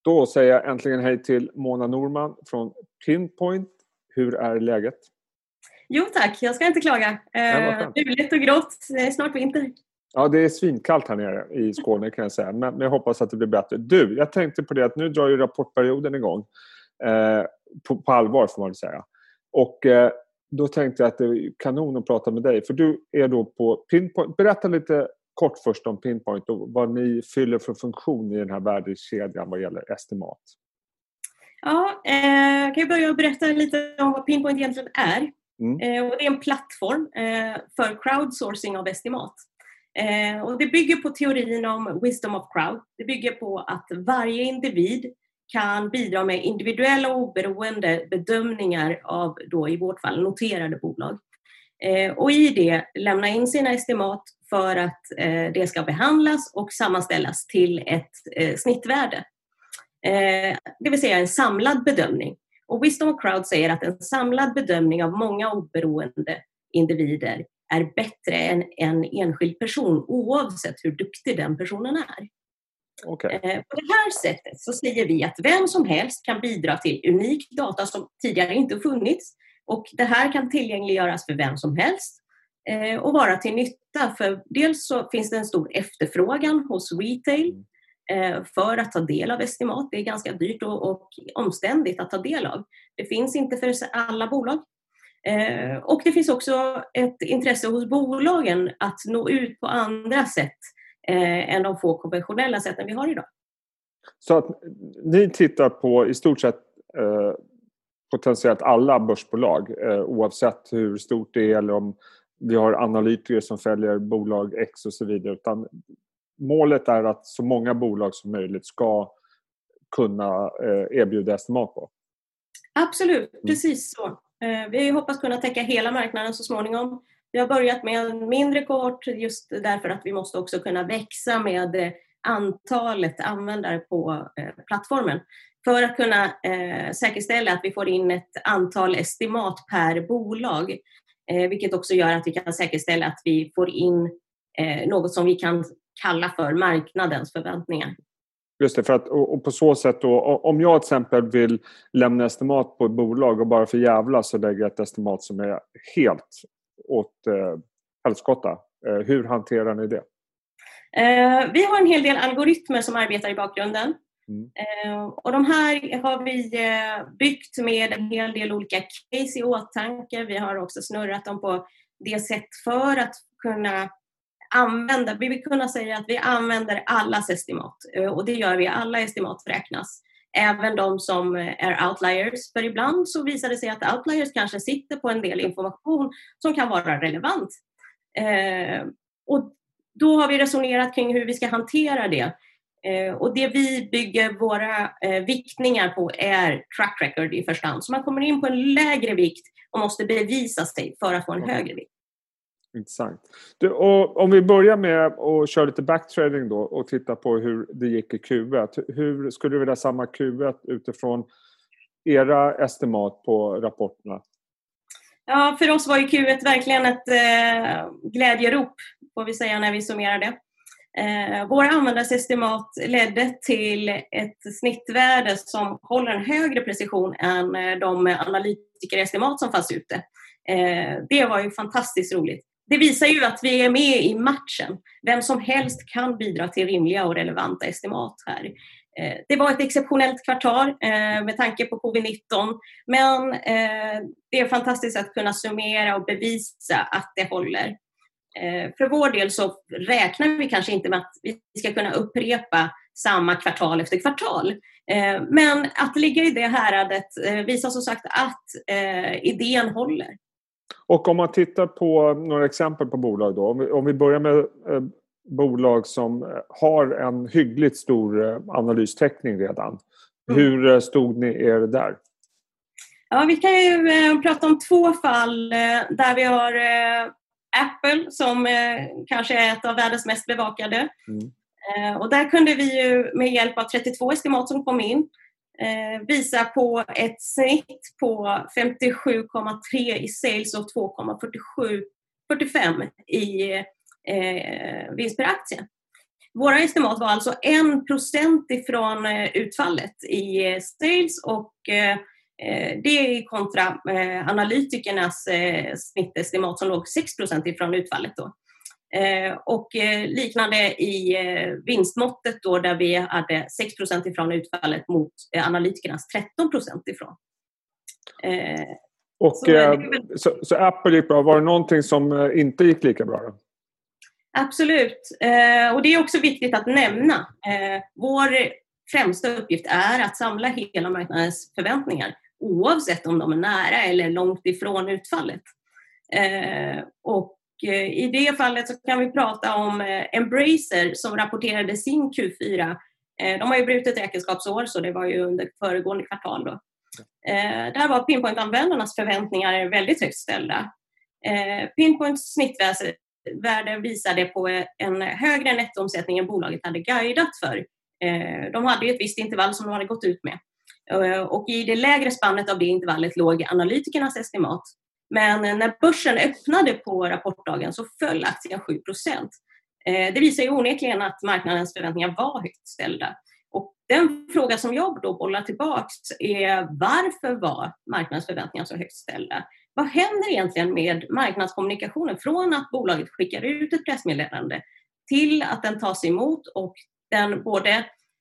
Då säger jag äntligen hej till Mona Norman från Pinpoint. Hur är läget? Jo tack, jag ska inte klaga. Mulet och grått, det är snart vinter. Ja, det är svinkallt här nere i Skåne kan jag säga. Men jag hoppas att det blir bättre. Du, jag tänkte på det att nu drar ju rapportperioden igång. På allvar får man säga. Och då tänkte jag att det är kanon att prata med dig. För du är då på Pinpoint. Berätta lite kort först om Pinpoint och vad ni fyller för funktion i den här värdekedjan vad gäller estimat. Ja, jag kan ju börja berätta lite om vad Pinpoint egentligen är. Och det är en plattform för crowdsourcing av estimat. Och det bygger på teorin om wisdom of crowd. Det bygger på att varje individ kan bidra med individuella och oberoende bedömningar av, då i vårt fall, noterade bolag. Och i det lämna in sina estimat för att det ska behandlas och sammanställas till ett snittvärde. Det vill säga en samlad bedömning. Och Wisdom of Crowd säger att en samlad bedömning av många oberoende individer är bättre än en enskild person oavsett hur duktig den personen är. Okay. På det här sättet så säger vi att vem som helst kan bidra till unik data som tidigare inte funnits. Och det här kan tillgängliggöras för vem som helst och vara till nytta. För dels så finns det en stor efterfrågan hos retail för att ta del av estimat. Det är ganska dyrt och omständigt att ta del av. Det finns inte för alla bolag. Och det finns också ett intresse hos bolagen att nå ut på andra sätt än de få konventionella sätten vi har idag. Så att ni tittar på i stort sett potentiellt alla börsbolag oavsett hur stort det är eller om vi har analytiker som följer bolag X och så vidare. Utan målet är att så många bolag som möjligt ska kunna erbjuda estimat på. Absolut, precis så. Vi hoppas kunna täcka hela marknaden så småningom. Vi har börjat med en mindre kohort just därför att vi måste också kunna växa med antalet användare på plattformen. För att kunna säkerställa att vi får in ett antal estimat per bolag. Vilket också gör att vi kan säkerställa att vi får in något som vi kan kalla för marknadens förväntningar. Just det, för att och på så sätt då, om jag till exempel vill lämna estimat på ett bolag och bara för jävla så lägger jag ett estimat som är helt åt helskotta. Hur hanterar ni det? Vi har en hel del algoritmer som arbetar i bakgrunden. Och de här har vi byggt med en hel del olika case i åtanke. Vi har också snurrat dem på det sätt för att kunna använda. Vi vill kunna säga att vi använder allas estimat. Och det gör vi. Alla estimat räknas. Även de som är outliers. För ibland så visar det sig att outliers kanske sitter på en del information som kan vara relevant. Och då har vi resonerat kring hur vi ska hantera det. Och det vi bygger våra viktningar på är track record i första hand. Så man kommer in på en lägre vikt och måste bevisa sig för att få en högre vikt. Intressant. Du, och om vi börjar med att köra lite backtrading då och titta på hur det gick i Q1. Hur skulle du vilja samma Q1 utifrån era estimat på rapporterna? Ja, för oss var ju Q1 verkligen ett glädjerop, får vi säga när vi summerar det. Våra användares estimat ledde till ett snittvärde som håller en högre precision än de analytikerestimat som fanns ute. Det var ju fantastiskt roligt. Det visar ju att vi är med i matchen. Vem som helst kan bidra till rimliga och relevanta estimat här. Det var ett exceptionellt kvartal med tanke på covid-19. Men det är fantastiskt att kunna summera och bevisa att det håller. För vår del så räknar vi kanske inte med att vi ska kunna upprepa samma kvartal efter kvartal. Men att ligga i det häradet visar som sagt att idén håller. Och om man tittar på några exempel på bolag då. Om vi börjar med bolag som har en hyggligt stor analystäckning redan. Hur stod ni er där? Ja, vi kan ju prata om två fall där vi har Apple som kanske är ett av världens mest bevakade. Och där kunde vi ju med hjälp av 32 estimat som kom in visa på ett snitt på 57,3 i sales och 2,45 i vinst per aktie. Våra estimat var alltså 1% ifrån utfallet i sales och det är kontra analytikernas snittestimat som låg 6% ifrån utfallet då. Och liknande i vinstmåttet då, där vi hade 6% ifrån utfallet mot analytikernas 13% ifrån. Och så Apple gick bra. Var det någonting som inte gick lika bra då? Absolut. Och det är också viktigt att nämna. Vår främsta uppgift är att samla hela marknadens förväntningar, oavsett om de är nära eller långt ifrån utfallet. Och i det fallet så kan vi prata om Embracer som rapporterade sin Q4. De har ju brutit räkenskapsår, så det var ju under föregående kvartal då. Där var Pinpoint-användarnas förväntningar väldigt högt ställda. Pinpoints snittvärde visade på en högre nettoomsättning än bolaget hade guidat för. De hade ju ett visst intervall som de hade gått ut med. Och i det lägre spannet av det intervallet låg analytikernas estimat. Men när börsen öppnade på rapportdagen så föll aktien 7%. Det visar ju onekligen att marknadens förväntningar var högt ställda. Och den fråga som jag då bollar tillbaks är: varför var marknadens förväntningar så högt ställda? Vad händer egentligen med marknadskommunikationen från att bolaget skickar ut ett pressmeddelande till att den tas emot och den både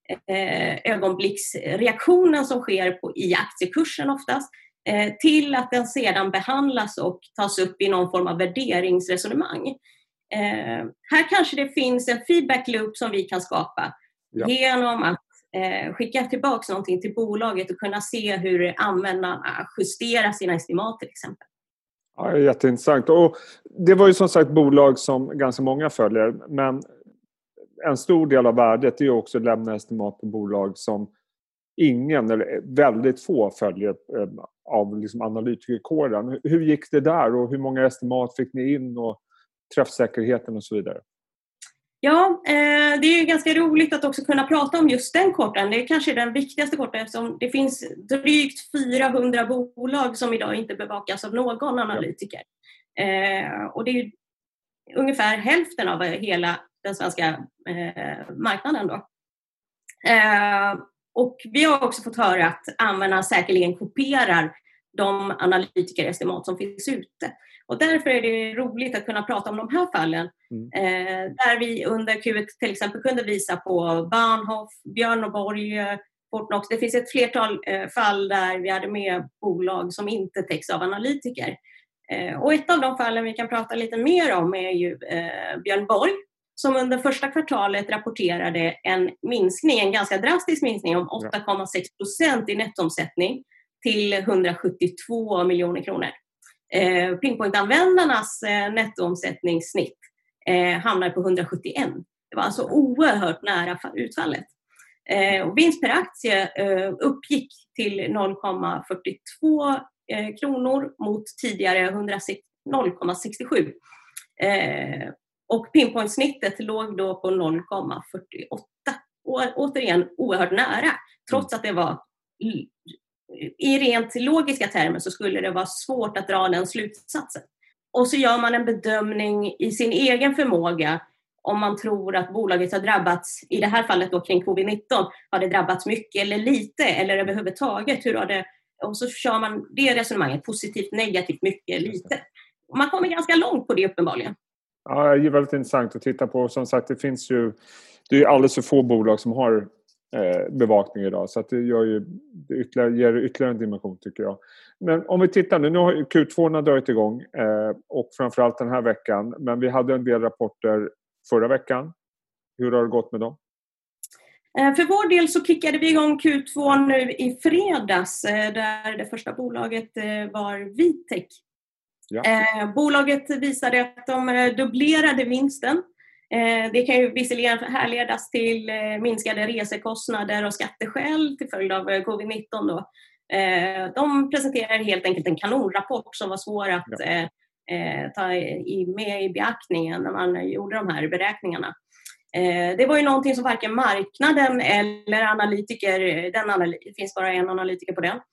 ögonblicksreaktionen som sker i aktiekursen oftast till att den sedan behandlas och tas upp i någon form av värderingsresonemang. Här kanske det finns en feedback loop som vi kan skapa genom att skicka tillbaka någonting till bolaget och kunna se hur användarna justerar sina estimat till exempel. Ja, jätteintressant. Och det var ju som sagt bolag som ganska många följer, men en stor del av värdet är ju också att lämna estimat på bolag som ingen eller väldigt få följer av liksom analytikerkåren. Hur gick det där och hur många estimat fick ni in och träffsäkerheten och så vidare? Ja, det är ju ganska roligt att också kunna prata om just den korten. Det är kanske den viktigaste korten eftersom det finns drygt 400 bolag som idag inte bevakas av någon analytiker. Och det är ju ungefär hälften av hela den svenska marknaden då. Och vi har också fått höra att användarna säkerligen kopierar de analytikerestimat som finns ute. Och därför är det roligt att kunna prata om de här fallen. Där vi under Q1 till exempel kunde visa på Bahnhof, Björn Borg, Fortnox. Det finns ett flertal fall där vi hade med bolag som inte täcks av analytiker. Och ett av de fallen vi kan prata lite mer om är ju Björn Borg, som under första kvartalet rapporterade en minskning, en ganska drastisk minskning om 8,6% i nettoomsättning till 172 miljoner kronor. Pinpoint-användarnas nettoomsättningssnitt hamnar på 171. Det var alltså oerhört nära utfallet. Och vinst per aktie uppgick till 0,42 kronor mot tidigare 0,67. Och Pinpoint-snittet låg då på 0,48. Och återigen oerhört nära, trots att det var i rent logiska termer så skulle det vara svårt att dra den slutsatsen. Och så gör man en bedömning i sin egen förmåga om man tror att bolaget har drabbats, i det här fallet då kring covid-19, har det drabbats mycket eller lite eller överhuvudtaget. Hur har det, och så kör man det resonemanget, positivt, negativt, mycket, lite. Och man kommer ganska långt på det uppenbarligen. Ja, det är väldigt intressant att titta på. Som sagt, det är alldeles för få bolag som har bevakning idag. Så att det ger ytterligare en dimension tycker jag. Men om vi tittar nu har Q2 dragit igång och framförallt den här veckan. Men vi hade en del rapporter förra veckan. Hur har det gått med dem? För vår del så kickade vi igång Q2 nu i fredags där det första bolaget var Vitec. Ja. Bolaget visade att de dubblerade vinsten. Det kan ju visserligen härledas till minskade resekostnader och skatteskäl till följd av covid-19 då. De presenterade helt enkelt en kanonrapport som var svår att ta med i beaktningen när man gjorde de här beräkningarna. Det var ju någonting som varken marknaden eller analytiker, det finns bara en analytiker på den,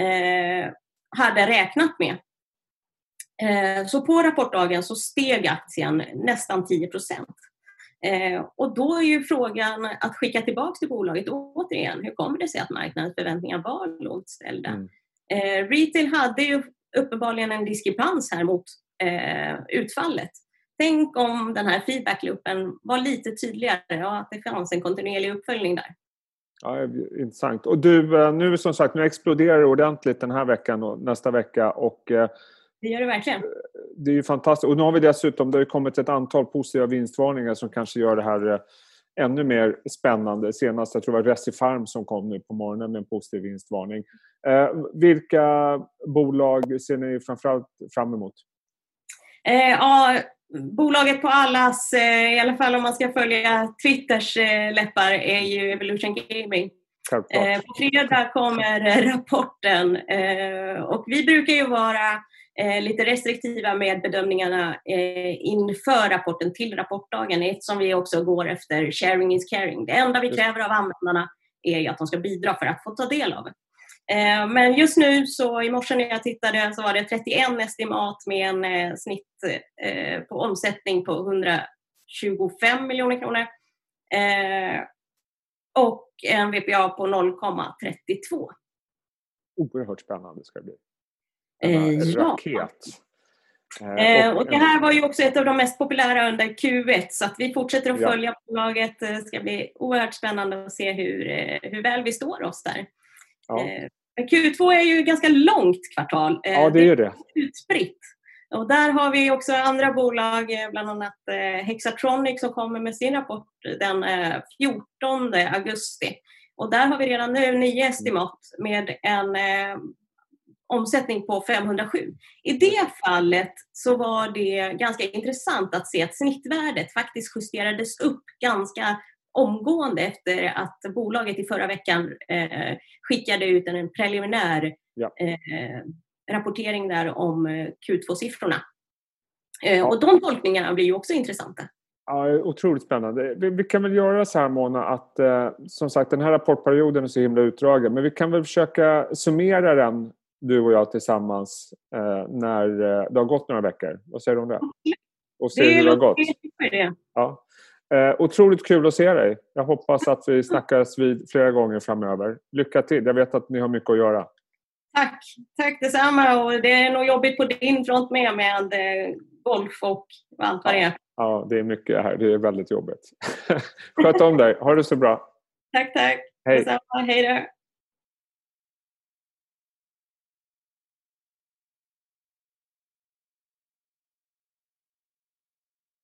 hade räknat med. Så på rapportdagen så steg aktien nästan 10%. Och då är ju frågan att skicka tillbaka till bolaget återigen. Hur kommer det sig att marknadens förväntningar var lågt ställda? Retail hade ju uppenbarligen en diskrepans här mot utfallet. Tänk om den här feedbackloopen var lite tydligare och att det fanns en kontinuerlig uppföljning där. Ja, intressant. Och du, nu som sagt, nu exploderar det ordentligt den här veckan och nästa vecka. Och, det gör det verkligen. Det är ju fantastiskt. Och nu har vi dessutom, det har kommit ett antal positiva vinstvarningar som kanske gör det här ännu mer spännande. Senast, jag tror det var Recipharm som kom nu på morgonen med en positiv vinstvarning. Vilka bolag ser ni framförallt fram emot? Ja, bolaget på allas, i alla fall om man ska följa Twitters läppar, är ju Evolution Gaming. På fredag kommer rapporten och vi brukar ju vara lite restriktiva med bedömningarna inför rapporten till rapportdagen, eftersom vi också går efter sharing is caring. Det enda vi kräver av användarna är ju att de ska bidra för att få ta del av det. Men just nu, så i morse när jag tittade, så var det 31 estimat med en snitt på omsättning på 125 miljoner kronor och en VPA på 0,32. Oerhört spännande ska det bli. Raket. Och det här var ju också ett av de mest populära under Q1, så att vi fortsätter att följa bolaget. Det ska bli oerhört spännande att se hur väl vi står oss där. Ja. Q2 är ju ganska långt kvartal. Ja, det är det. Utspritt. Och där har vi också andra bolag, bland annat Hexatronic som kommer med sin rapport den 14 augusti. Och där har vi redan nu 9 estimat med en omsättning på 507. I det fallet så var det ganska intressant att se att snittvärdet faktiskt justerades upp ganska omgående efter att bolaget i förra veckan skickade ut en preliminär rapportering där om Q2-siffrorna. Och de tolkningarna blir ju också intressanta. Ja, otroligt spännande. Vi kan väl göra så här, Mona, att som sagt den här rapportperioden är så himla utdragen, men vi kan väl försöka summera den, du och jag tillsammans, när det har gått några veckor. Vad säger du om det? Och se hur det har gått. Ja. Otroligt kul att se dig. Jag hoppas att vi snackas vid flera gånger framöver. Lycka till. Jag vet att ni har mycket att göra. Tack detsamma. Och det är nog jobbigt på din front med golf och allt vad det är. Ja, det är mycket här. Det är väldigt jobbigt. Sköt om dig. Ha det så bra. Tack. Hej. Detsamma. Hej då.